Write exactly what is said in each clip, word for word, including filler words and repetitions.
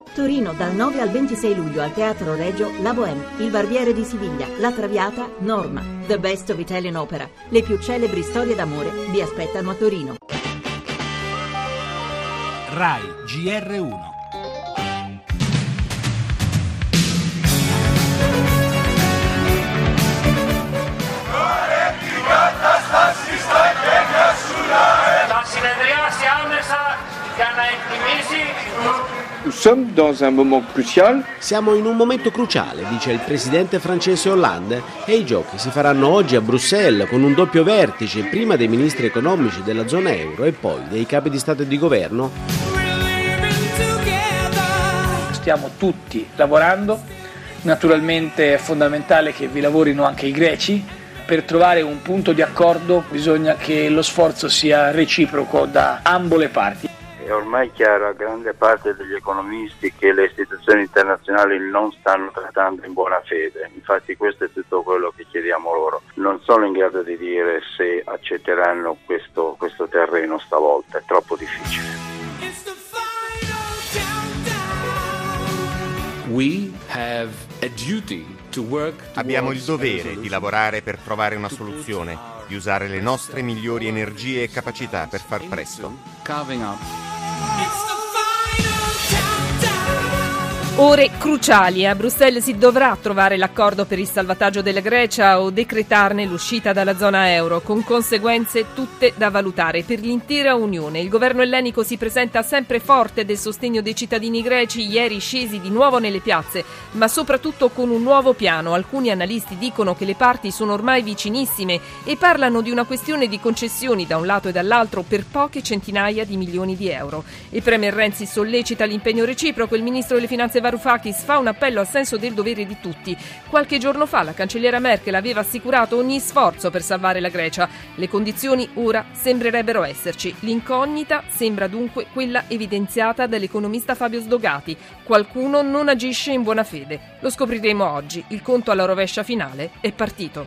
Torino dal nove al ventisei luglio al Teatro Regio La Bohème, Il Barbiere di Siviglia, La Traviata, Norma. The Best of Italian Opera. Le più celebri storie d'amore vi aspettano a Torino. Rai G R uno. Siamo in un momento cruciale, dice il presidente francese Hollande, e i giochi si faranno oggi a Bruxelles con un doppio vertice, prima dei ministri economici della zona euro e poi dei capi di Stato e di governo. Stiamo tutti lavorando, naturalmente è fondamentale che vi lavorino anche i greci. Per trovare un punto di accordo bisogna che lo sforzo sia reciproco da ambo le parti. È ormai chiaro a grande parte degli economisti che le istituzioni internazionali non stanno trattando in buona fede, infatti questo è tutto quello che chiediamo loro. Non sono in grado di dire se accetteranno questo, questo terreno stavolta, è troppo difficile. We have a duty to work. Abbiamo il dovere di lavorare per trovare una soluzione, di usare le nostre migliori energie e capacità per far presto. Ore cruciali. A Bruxelles si dovrà trovare l'accordo per il salvataggio della Grecia o decretarne l'uscita dalla zona euro, con conseguenze tutte da valutare per l'intera Unione. Il governo ellenico si presenta sempre forte del sostegno dei cittadini greci, ieri scesi di nuovo nelle piazze, ma soprattutto con un nuovo piano. Alcuni analisti dicono che le parti sono ormai vicinissime e parlano di una questione di concessioni da un lato e dall'altro per poche centinaia di milioni di euro. Il premier Renzi sollecita l'impegno reciproco. Il ministro delle finanze Varoufakis fa un appello al senso del dovere di tutti. Qualche giorno fa la cancelliera Merkel aveva assicurato ogni sforzo per salvare la Grecia. Le condizioni ora sembrerebbero esserci. L'incognita sembra dunque quella evidenziata dall'economista Fabio Sdogati. Qualcuno non agisce in buona fede. Lo scopriremo oggi. Il conto alla rovescia finale è partito.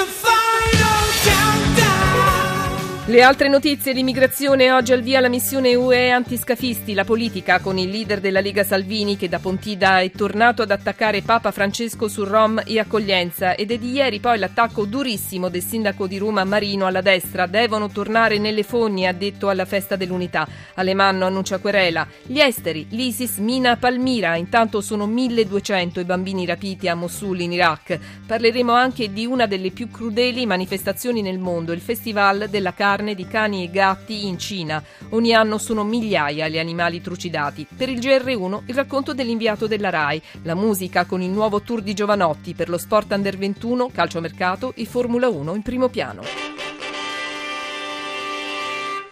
Le altre notizie: l'immigrazione, oggi al via la missione U E antiscafisti, la politica con il leader della Lega Salvini che da Pontida è tornato ad attaccare Papa Francesco su Rom e accoglienza, ed è di ieri poi l'attacco durissimo del sindaco di Roma Marino alla destra. Devono tornare nelle fogne, ha detto alla festa dell'unità. Alemanno annuncia querela. Gli esteri, l'ISIS mina Palmira, intanto sono milleduecento i bambini rapiti a Mosul in Iraq. Parleremo anche di una delle più crudeli manifestazioni nel mondo, il Festival della carne di cani e gatti in Cina. Ogni anno sono migliaia gli animali trucidati. Per il G R uno il racconto dell'inviato della Rai, la musica con il nuovo tour di Giovanotti per lo sport under ventuno, calciomercato e Formula uno in primo piano.